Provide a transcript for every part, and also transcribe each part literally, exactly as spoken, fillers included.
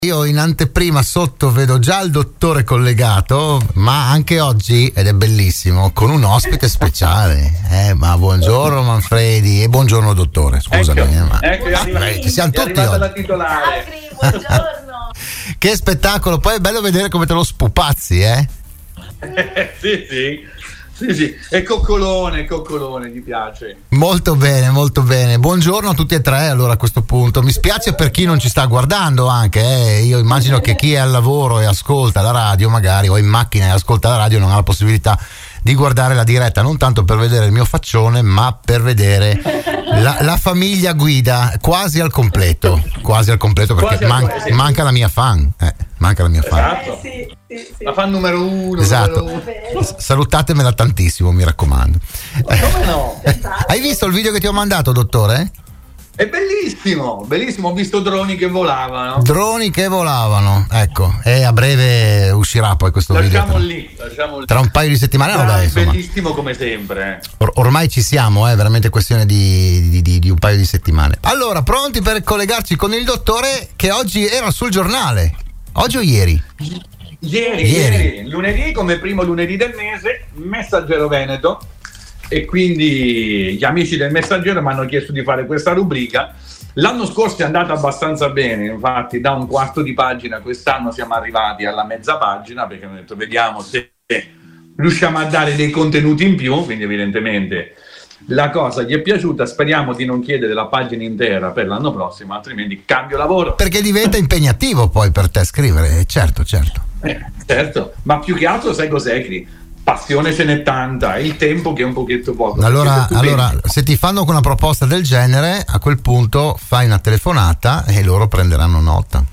Io in anteprima sotto vedo già il dottore collegato, ma anche oggi, ed è bellissimo, con un ospite speciale. Eh, ma buongiorno Manfredi e buongiorno dottore, scusami. Ecco, eh, ma ecco, è arrivata, ci siamo è tutti arrivata oggi. la titolare. Agri, buongiorno. Che spettacolo, poi è bello vedere come te lo spupazzi, eh? sì, sì. Sì, sì, è coccolone, coccolone, gli piace. Molto bene, molto bene. Buongiorno a tutti e tre allora a questo punto. Mi spiace per chi non ci sta guardando anche, eh. Io immagino che chi è al lavoro e ascolta la radio magari, o in macchina e ascolta la radio, non ha la possibilità di guardare la diretta, non tanto per vedere il mio faccione, ma per vedere la, la famiglia Guida quasi al completo, quasi al completo perché man- al, sì. manca la mia fan, eh, manca la mia fan. Esatto. Eh, sì, sì, sì. La fan numero uno. Esatto. Numero uno. S- Salutatemela tantissimo, mi raccomando. Come no? Hai visto il video che ti ho mandato, dottore? È bellissimo, bellissimo, ho visto droni che volavano. Droni che volavano, ecco, e a breve uscirà poi questo Lasciamo video. lì, lasciamo lì. Tra un paio di settimane, Dai, vabbè, insomma. bellissimo come sempre. Or- ormai ci siamo, è eh, veramente questione di, di, di, di un paio di settimane. Allora, pronti per collegarci con il dottore che oggi era sul giornale? Oggi o ieri? Ieri, Ieri. ieri, lunedì, come primo lunedì del mese, Messaggero Veneto, e quindi gli amici del Messaggero mi hanno chiesto di fare questa rubrica. L'anno scorso è andata abbastanza bene, infatti da un quarto di pagina quest'anno siamo arrivati alla mezza pagina, perché hanno detto vediamo se riusciamo a dare dei contenuti in più, quindi evidentemente la cosa gli è piaciuta. Speriamo di non chiedere la pagina intera per l'anno prossimo, altrimenti cambio lavoro. Perché diventa impegnativo poi per te scrivere, certo, certo. Eh, certo, ma più che altro sai cos'è, Cri? Passione ce n'è tanta, è il tempo che è un pochetto poco. Allora, Tu allora pensi- se ti fanno una proposta del genere, a quel punto fai una telefonata e loro prenderanno nota.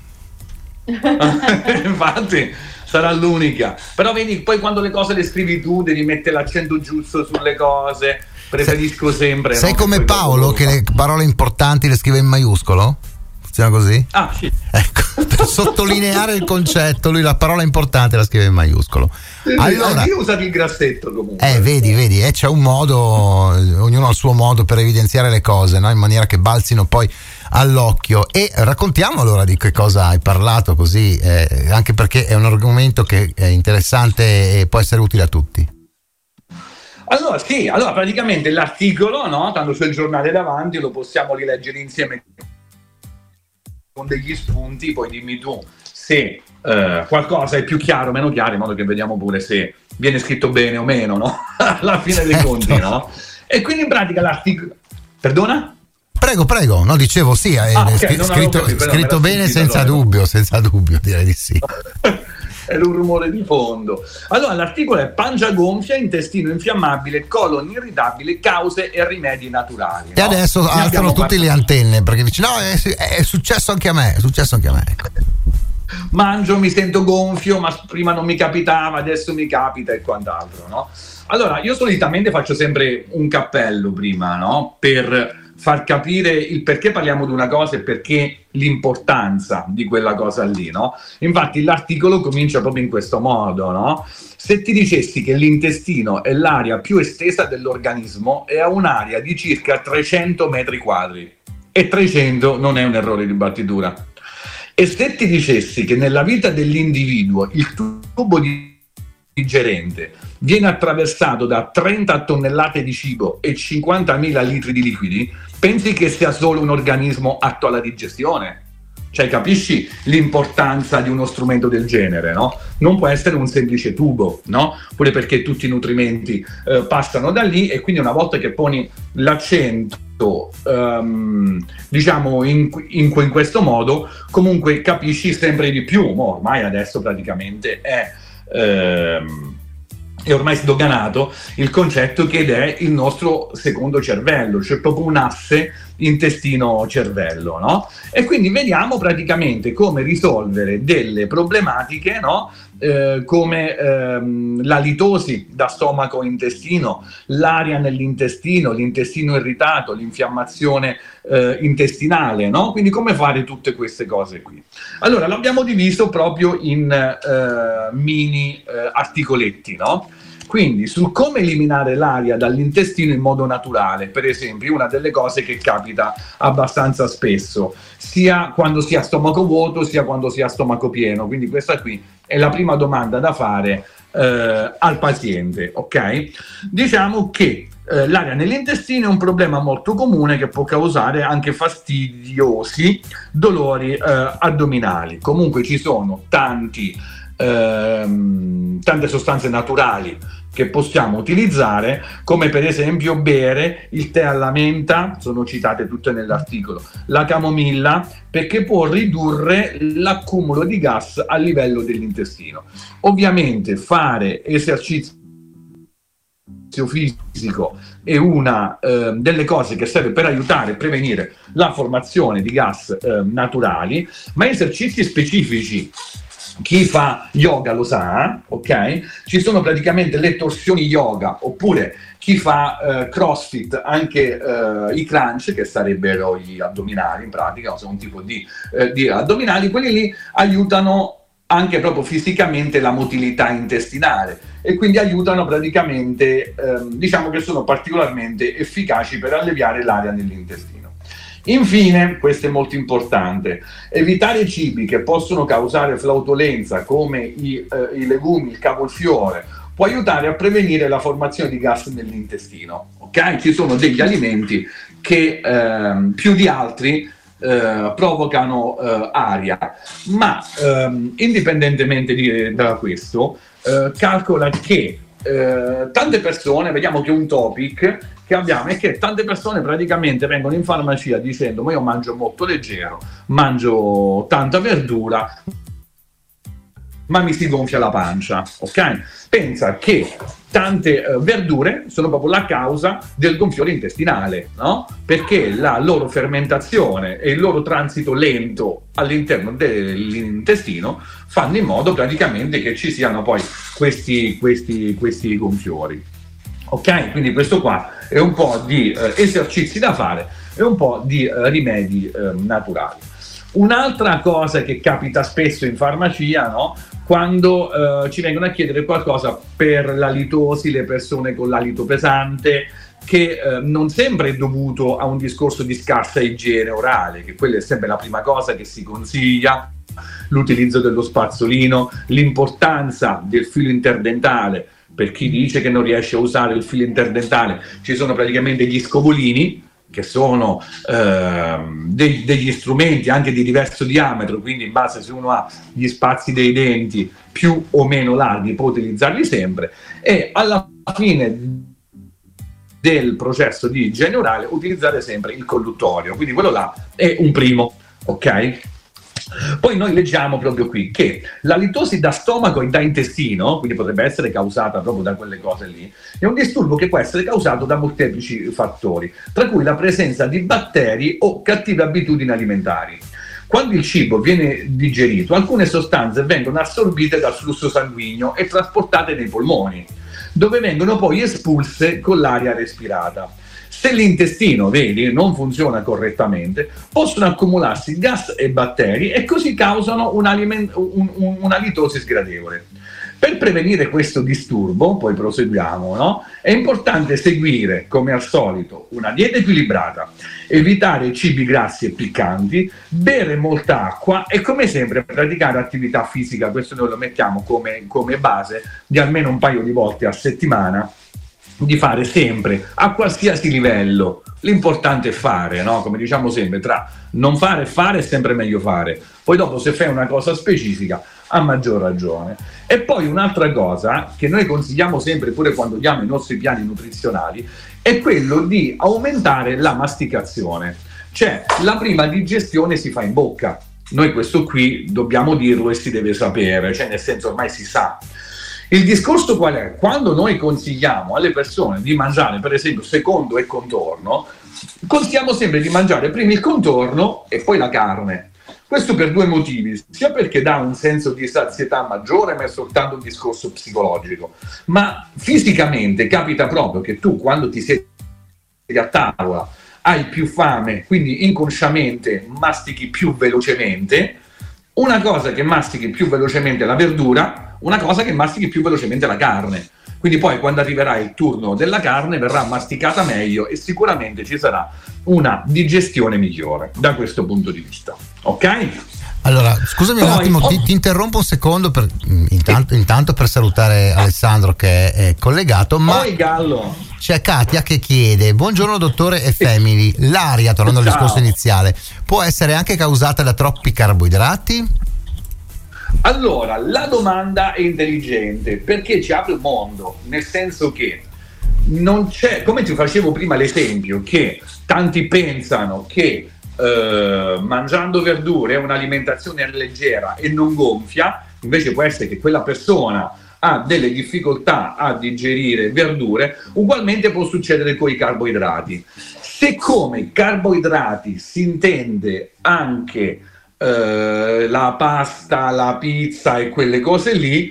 infatti sarà l'unica, però vedi, poi quando le cose le scrivi tu devi mettere l'accento giusto sulle cose. Preferisco sempre. Sei no, come che poi Paolo dopo- che le parole importanti le scrive in maiuscolo? Funziona così? Ah sì. Ecco, per sottolineare il concetto, lui la parola importante la scrive in maiuscolo. Allora, io ho usato il grassetto comunque. eh, vedi, vedi, eh, c'è un modo, ognuno ha il suo modo per evidenziare le cose, no? In maniera che balzino poi all'occhio. E raccontiamo allora di che cosa hai parlato, così, eh, anche perché è un argomento che è interessante e può essere utile a tutti. Allora sì, allora praticamente l'articolo, no? Tanto c'è il giornale davanti, lo possiamo rileggere insieme con degli spunti, poi dimmi tu se eh, qualcosa è più chiaro o meno chiaro, in modo che vediamo pure se viene scritto bene o meno, no? Alla fine dei Certo. conti, no? E quindi in pratica l'articolo... Perdona? Prego, prego, no, dicevo sì, è Ah, ok, scr- non avevo scritto, capito, però scritto me la bene sentita, senza allora. dubbio, senza dubbio, direi di sì. Era un rumore di fondo. Allora, l'articolo è pancia gonfia, intestino infiammabile, colon irritabile, cause e rimedi naturali. E no? adesso Ne alzano abbiamo tutte le parlato. antenne perché dici no, è, è successo anche a me, è successo anche a me. Ecco. Mangio, mi sento gonfio, ma prima non mi capitava, adesso mi capita e quant'altro, no? Allora, io solitamente faccio sempre un cappello prima, no? Per far capire il perché parliamo di una cosa e perché l'importanza di quella cosa lì, no? Infatti l'articolo comincia proprio in questo modo, no? Se ti dicessi che l'intestino è l'area più estesa dell'organismo e ha un'area di circa trecento metri quadri, e trecento non è un errore di battitura. E se ti dicessi che nella vita dell'individuo il tubo digerente viene attraversato da trenta tonnellate di cibo e cinquantamila litri di liquidi, pensi che sia solo un organismo atto alla digestione? Cioè, capisci l'importanza di uno strumento del genere, no? Non può essere un semplice tubo, no? Pure perché tutti i nutrimenti eh, passano da lì, e quindi una volta che poni l'accento um, diciamo in, in, in questo modo, comunque capisci sempre di più. Mo ormai adesso praticamente è ehm, è ormai sdoganato il concetto che ed è il nostro secondo cervello, cioè proprio un asse intestino-cervello, no? E quindi vediamo praticamente come risolvere delle problematiche, no? Eh, come ehm, la litosi da stomaco-intestino, l'aria nell'intestino, l'intestino irritato, l'infiammazione eh, intestinale, no? Quindi come fare tutte queste cose qui. Allora, l'abbiamo diviso proprio in eh, mini eh, articoletti, no? Quindi sul come eliminare l'aria dall'intestino in modo naturale, per esempio, una delle cose che capita abbastanza spesso, sia quando si ha stomaco vuoto sia quando si ha stomaco pieno, quindi questa qui è la prima domanda da fare eh, al paziente, ok? Diciamo che eh, l'aria nell'intestino è un problema molto comune che può causare anche fastidiosi dolori eh, addominali. Comunque ci sono tanti, ehm, tante sostanze naturali che possiamo utilizzare, come per esempio bere il tè alla menta, sono citate tutte nell'articolo, la camomilla, perché può ridurre l'accumulo di gas a livello dell'intestino. Ovviamente fare esercizio fisico è una eh, delle cose che serve per aiutare a prevenire la formazione di gas eh, naturali, ma esercizi specifici. Chi fa yoga lo sa, ok? Ci sono praticamente le torsioni yoga, oppure chi fa eh, crossfit, anche eh, i crunch, che sarebbero gli addominali in pratica, sono un tipo di, eh, di addominali, quelli lì aiutano anche proprio fisicamente la motilità intestinale e quindi aiutano praticamente, ehm, diciamo che sono particolarmente efficaci per alleviare l'aria nell'intestino. Infine, questo è molto importante, evitare cibi che possono causare flautolenza come i, eh, i legumi, il cavolfiore, può aiutare a prevenire la formazione di gas nell'intestino. Ok? Ci sono degli alimenti che ehm, più di altri Eh, provocano eh, aria, ma ehm, indipendentemente di, da questo, eh, calcola che eh, tante persone, vediamo che un topic che abbiamo è che tante persone praticamente vengono in farmacia dicendo: ma io mangio molto leggero, mangio tanta verdura, ma mi si gonfia la pancia, ok? Pensa che tante eh, verdure sono proprio la causa del gonfiore intestinale, no? Perché la loro fermentazione e il loro transito lento all'interno dell'intestino fanno in modo praticamente che ci siano poi questi, questi, questi gonfiori, ok? Quindi questo qua è un po' di eh, esercizi da fare e un po' di eh, rimedi eh, naturali. Un'altra cosa che capita spesso in farmacia, no? Quando eh, ci vengono a chiedere qualcosa per la litosi, le persone con l'alito pesante, che eh, non sempre è dovuto a un discorso di scarsa igiene orale, che quella è sempre la prima cosa che si consiglia, l'utilizzo dello spazzolino, l'importanza del filo interdentale. Per chi dice che non riesce a usare il filo interdentale, ci sono praticamente gli scovolini, che sono eh, dei, degli strumenti anche di diverso diametro, quindi in base se uno ha gli spazi dei denti più o meno larghi può utilizzarli sempre, e alla fine del processo di igiene orale utilizzare sempre il colluttorio, quindi quello là è un primo, ok? Poi noi leggiamo proprio qui che la litosi da stomaco e da intestino, quindi potrebbe essere causata proprio da quelle cose lì, è un disturbo che può essere causato da molteplici fattori, tra cui la presenza di batteri o cattive abitudini alimentari. Quando il cibo viene digerito, alcune sostanze vengono assorbite dal flusso sanguigno e trasportate nei polmoni, dove vengono poi espulse con l'aria respirata. Se l'intestino, vedi, non funziona correttamente, possono accumularsi gas e batteri e così causano un aliment- un, un, una litosi sgradevole. Per prevenire questo disturbo, poi proseguiamo, no? È importante seguire, come al solito, una dieta equilibrata, evitare cibi grassi e piccanti, bere molta acqua e, come sempre, praticare attività fisica. Questo noi lo mettiamo come, come base di almeno un paio di volte a settimana, di fare sempre, a qualsiasi livello. L'importante è fare, no? Come diciamo sempre, tra non fare e fare è sempre meglio fare. Poi dopo, se fai una cosa specifica, a maggior ragione. E poi un'altra cosa che noi consigliamo sempre, pure quando diamo i nostri piani nutrizionali, è quello di aumentare la masticazione. Cioè, la prima digestione si fa in bocca. Noi questo qui dobbiamo dirlo e si deve sapere, cioè nel senso ormai si sa. Il discorso qual è? Quando noi consigliamo alle persone di mangiare, per esempio, secondo e contorno, consigliamo sempre di mangiare prima il contorno e poi la carne. Questo per due motivi, sia perché dà un senso di sazietà maggiore, ma è soltanto un discorso psicologico, ma fisicamente capita proprio che tu, quando ti siedi a tavola, hai più fame, quindi inconsciamente mastichi più velocemente. Una cosa che mastichi più velocemente la verdura, una cosa che mastichi più velocemente la carne. quindi poi quando arriverà il turno della carne verrà masticata meglio e sicuramente ci sarà una digestione migliore da questo punto di vista, ok? Allora, scusami un Poi, attimo, oh. ti, ti interrompo un secondo per, intanto, intanto per salutare Alessandro che è, è collegato, ma Poi Gallo, c'è Katia che chiede: buongiorno dottore e family, l'aria, tornando al Ciao. discorso iniziale, può essere anche causata da troppi carboidrati? allora la domanda è intelligente perché ci apre un mondo, nel senso che non c'è, come ti facevo prima l'esempio, che tanti pensano che Uh, mangiando verdure è un'alimentazione leggera e non gonfia, invece può essere che quella persona ha delle difficoltà a digerire verdure, ugualmente può succedere con i carboidrati. Se come carboidrati si intende anche uh, la pasta, la pizza e quelle cose lì,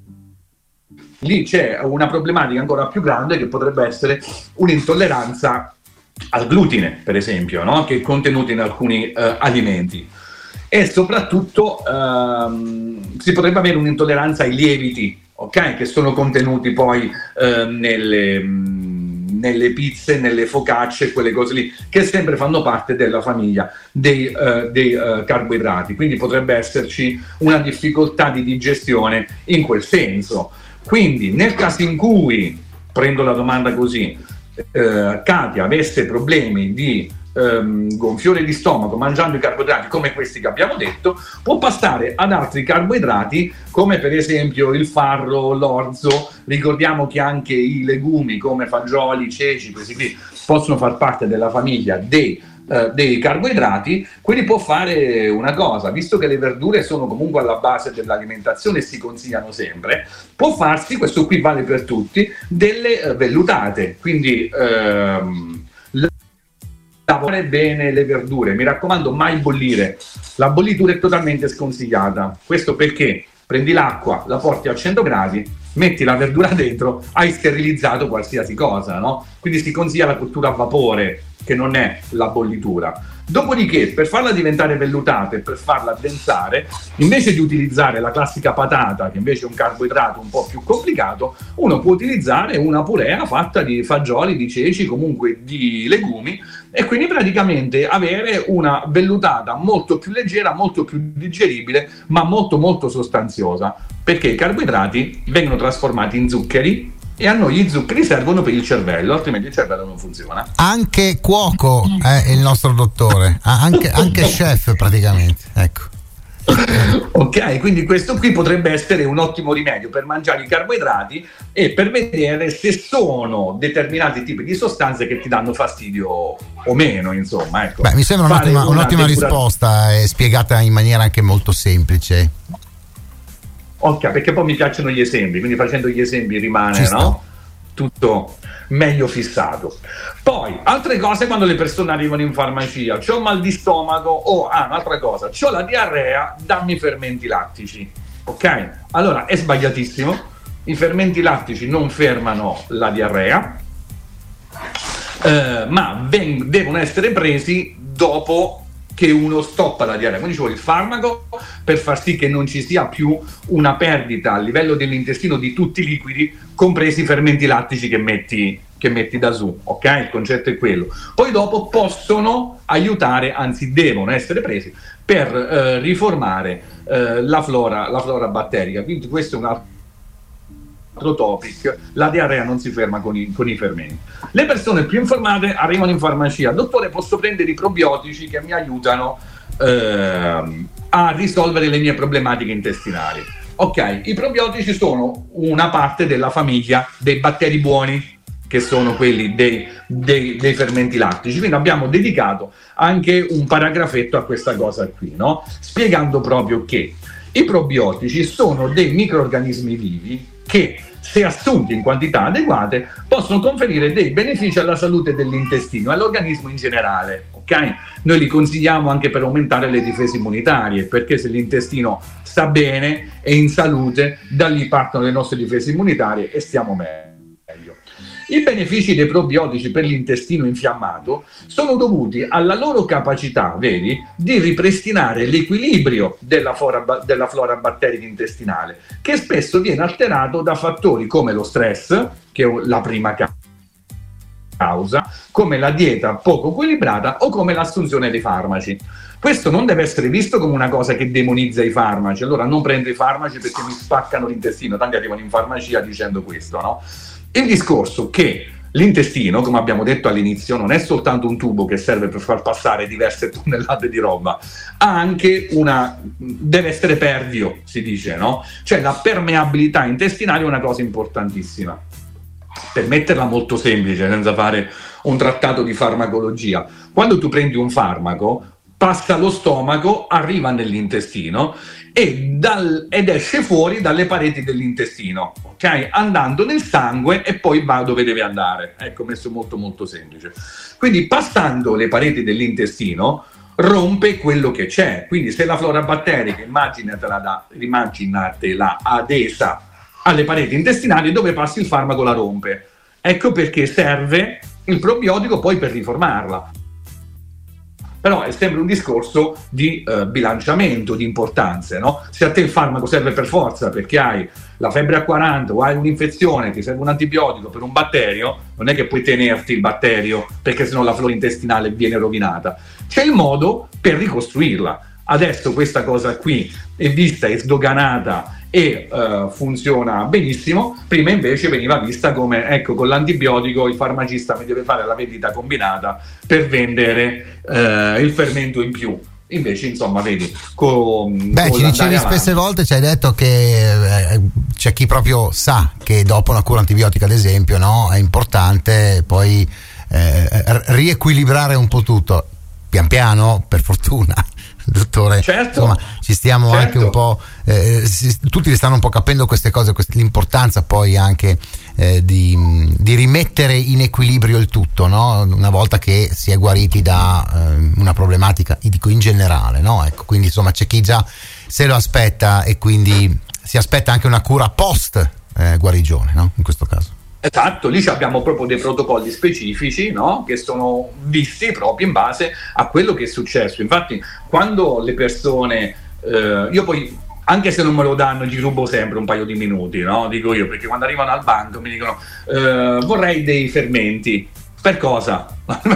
lì c'è una problematica ancora più grande che potrebbe essere un'intolleranza al glutine, per esempio, no? Che è contenuto in alcuni uh, alimenti, e soprattutto uh, si potrebbe avere un'intolleranza ai lieviti, ok? Che sono contenuti poi uh, nelle, mh, nelle pizze, nelle focacce, quelle cose lì, che sempre fanno parte della famiglia dei, uh, dei uh, carboidrati, quindi potrebbe esserci una difficoltà di digestione in quel senso. Quindi nel caso in cui, prendo la domanda così, Uh, Katia avesse problemi di um, gonfiore di stomaco mangiando i carboidrati come questi che abbiamo detto, può passare ad altri carboidrati come per esempio il farro, l'orzo. Ricordiamo che anche i legumi come fagioli, ceci, questi qui possono far parte della famiglia dei Uh, dei carboidrati. Quindi può fare una cosa, visto che le verdure sono comunque alla base dell'alimentazione e si consigliano sempre, può farsi, questo qui vale per tutti, delle uh, vellutate, quindi uh, lavare bene le verdure, mi raccomando mai bollire, la bollitura è totalmente sconsigliata. Questo perché prendi l'acqua, la porti a cento gradi, metti la verdura dentro, hai sterilizzato qualsiasi cosa, no? Quindi si consiglia la cottura a vapore, che non è la bollitura. Dopodiché, per farla diventare vellutata e per farla addensare, invece di utilizzare la classica patata, che invece è un carboidrato un po' più complicato, uno può utilizzare una purea fatta di fagioli, di ceci, comunque di legumi, e quindi praticamente avere una vellutata molto più leggera, molto più digeribile, ma molto molto sostanziosa, perché i carboidrati vengono trasformati in zuccheri e a noi gli zuccheri servono per il cervello, altrimenti il cervello non funziona. Anche cuoco è il nostro dottore, anche, anche chef praticamente, ecco. Ok, quindi questo qui potrebbe essere un ottimo rimedio per mangiare i carboidrati e per vedere se sono determinati tipi di sostanze che ti danno fastidio o meno, insomma, ecco. Beh, mi sembra un'ottima, un'ottima depura- risposta, è spiegata in maniera anche molto semplice. Ok, perché poi mi piacciono gli esempi, quindi facendo gli esempi rimane, no? Tutto meglio fissato. Poi, altre cose quando le persone arrivano in farmacia: c'ho mal di stomaco, o ah, un'altra cosa, c'ho la diarrea, dammi fermenti lattici. Ok? Allora, è sbagliatissimo. I fermenti lattici non fermano la diarrea, eh, ma ven- devono essere presi dopo che uno stoppa la diarrea, quindi ci vuole il farmaco per far sì che non ci sia più una perdita a livello dell'intestino di tutti i liquidi, compresi i fermenti lattici che metti, che metti da su, ok? Il concetto è quello. Poi dopo possono aiutare, anzi devono essere presi per eh, riformare eh, la flora, la flora batterica, quindi questo è un altro topic. La diarrea non si ferma con i, con i fermenti. Le persone più informate arrivano in farmacia: dottore, posso prendere i probiotici che mi aiutano eh, a risolvere le mie problematiche intestinali? Ok, i probiotici sono una parte della famiglia dei batteri buoni, che sono quelli dei, dei, dei fermenti lattici, quindi abbiamo dedicato anche un paragrafetto a questa cosa qui, no? Spiegando proprio che i probiotici sono dei microrganismi vivi che, se assunti in quantità adeguate, possono conferire dei benefici alla salute dell'intestino e all'organismo in generale, ok? Noi li consigliamo anche per aumentare le difese immunitarie, perché se l'intestino sta bene e in salute, da lì partono le nostre difese immunitarie e stiamo meglio. I benefici dei probiotici per l'intestino infiammato sono dovuti alla loro capacità, vedi, di ripristinare l'equilibrio della flora, della flora batterica intestinale, che spesso viene alterato da fattori come lo stress, che è la prima causa, come la dieta poco equilibrata o come l'assunzione dei farmaci. Questo non deve essere visto come una cosa che demonizza i farmaci. Allora non prendo i farmaci perché mi spaccano l'intestino, tanti arrivano in farmacia dicendo questo, no? Il discorso che l'intestino, come abbiamo detto all'inizio, non è soltanto un tubo che serve per far passare diverse tonnellate di roba, ha anche una, deve essere pervio, si dice, no? Cioè la permeabilità intestinale è una cosa importantissima. Per metterla molto semplice, senza fare un trattato di farmacologia, quando tu prendi un farmaco, passa allo stomaco, arriva nell'intestino e dal, ed esce fuori dalle pareti dell'intestino, ok? Andando nel sangue e poi va dove deve andare. Ecco, messo molto molto semplice. Quindi passando le pareti dell'intestino rompe quello che c'è. Quindi se la flora batterica, immaginatela, da, immaginatela adesa alle pareti intestinali, dove passi il farmaco la rompe. Ecco perché serve il probiotico poi per riformarla. Però è sempre un discorso di uh, bilanciamento, di importanze, no? Se a te il farmaco serve per forza perché hai la febbre a quaranta o hai un'infezione, ti serve un antibiotico per un batterio, non è che puoi tenerti il batterio perché sennò la flora intestinale viene rovinata. C'è il modo per ricostruirla. Adesso questa cosa qui è vista, è sdoganata e uh, funziona benissimo. Prima invece veniva vista come, ecco, con l'antibiotico il farmacista mi deve fare la vendita combinata per vendere uh, il fermento in più. Invece, insomma, vedi, con, beh, con ci dicevi spesse volte, ci hai detto che eh, c'è chi proprio sa che dopo una cura antibiotica, ad esempio, no, è importante poi eh, riequilibrare un po' tutto, pian piano, per fortuna. Dottore, certo, insomma, ci stiamo certo. anche un po', eh, si, tutti le stanno un po' capendo queste cose, quest- l'importanza poi anche eh, di, di rimettere in equilibrio il tutto, no? Una volta che si è guariti da eh, una problematica, dico in generale, no? Ecco, quindi insomma c'è chi già se lo aspetta e quindi si aspetta anche una cura post eh, guarigione, no? In questo caso. Esatto, lì abbiamo proprio dei protocolli specifici, no? Che sono visti proprio in base a quello che è successo. Infatti, quando le persone, eh, io poi, anche se non me lo danno, gli rubo sempre un paio di minuti, no? Dico io, perché quando arrivano al banco mi dicono eh, vorrei dei fermenti. Per cosa?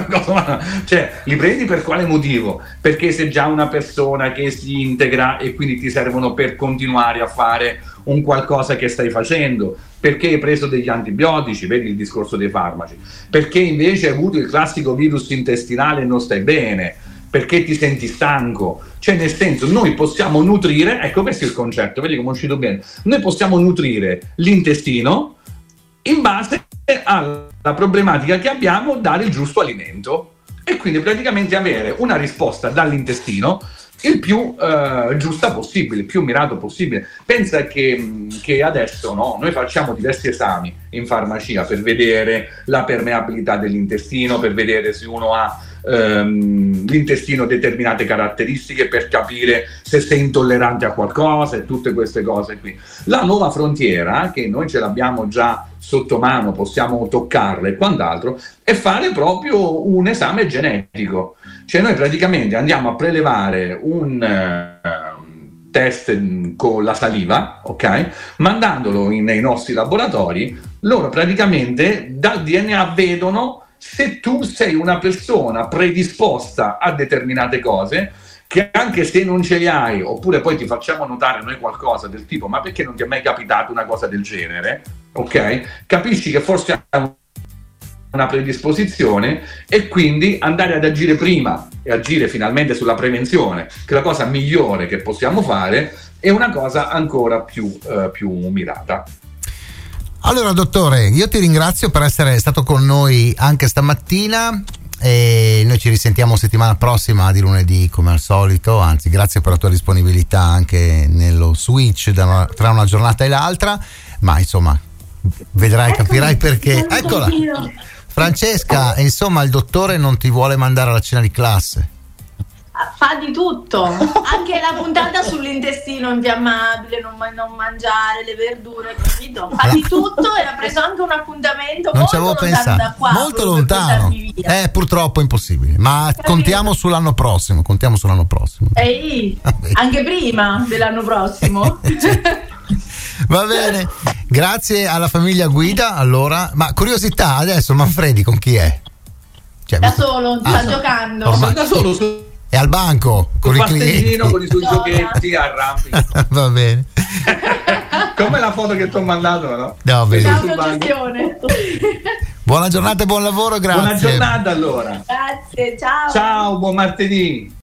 Cioè, li prendi per quale motivo? Perché sei già una persona che si integra e quindi ti servono per continuare a fare un qualcosa che stai facendo, perché hai preso degli antibiotici, vedi il discorso dei farmaci, perché invece hai avuto il classico virus intestinale e non stai bene, perché ti senti stanco. Cioè, nel senso, noi possiamo nutrire, ecco questo è il concetto, vedi come è uscito bene, noi possiamo nutrire l'intestino in base alla problematica che abbiamo, dare il giusto alimento e quindi praticamente avere una risposta dall'intestino il più eh, giusta possibile, il più mirato possibile. Pensa che, che adesso, no, noi facciamo diversi esami in farmacia per vedere la permeabilità dell'intestino, per vedere se uno ha ehm, l'intestino determinate caratteristiche, per capire se sei intollerante a qualcosa e tutte queste cose qui. La nuova frontiera, che noi ce l'abbiamo già sotto mano, possiamo toccarla e quant'altro, è fare proprio un esame genetico. Cioè noi praticamente andiamo a prelevare un uh, test con la saliva, ok? Mandandolo in, nei nostri laboratori, loro praticamente dal D N A vedono se tu sei una persona predisposta a determinate cose, che anche se non ce li hai, oppure poi ti facciamo notare noi qualcosa del tipo ma perché non ti è mai capitato una cosa del genere, ok? Capisci che forse hai una predisposizione e quindi andare ad agire prima e agire finalmente sulla prevenzione, che è la cosa migliore che possiamo fare, è una cosa ancora più, eh, più mirata. Allora dottore, io ti ringrazio per essere stato con noi anche stamattina e noi ci risentiamo settimana prossima di lunedì come al solito, anzi grazie per la tua disponibilità anche nello switch da una, tra una giornata e l'altra, ma insomma vedrai, eccomi, capirai perché. Eccola Francesca, insomma il dottore non ti vuole mandare alla cena di classe. Fa di tutto, anche la puntata sull'intestino infiammabile, non, ma- non mangiare le verdure, capito? Fa di tutto e ha preso anche un appuntamento Non ci molto avevo lontano pensato, da qua, molto proprio per lontano. portarmi via. Eh, purtroppo è impossibile, ma Capito. contiamo sull'anno prossimo, contiamo sull'anno prossimo. Ehi, Vabbè. anche prima dell'anno prossimo. Va bene, grazie alla famiglia Guida. Allora, ma curiosità, adesso Manfredi con chi è? Cioè, Da visto- solo, Ah, sta giocando. ormai- Da solo su è al banco con un i clienti. passeggino con i suoi No. giochetti arrampica. Va bene. Come la foto che ti ho mandato, no? No, bene. Autogestione. Buona giornata e buon lavoro, grazie. Buona giornata allora. Grazie, ciao. Ciao, buon martedì.